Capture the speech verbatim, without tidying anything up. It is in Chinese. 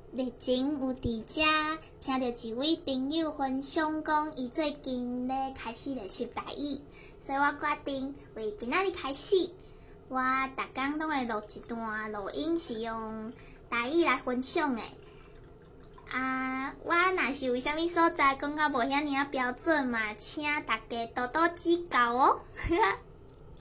日前有伫遮听到一位朋友分享讲，伊最近咧开始练习台语，所以我决定为今仔日开始，我逐工拢会录一段录音，是用台语来分享的。啊，我若是有啥物所在讲到无遐尔啊标准嘛，请大家多多指教哦。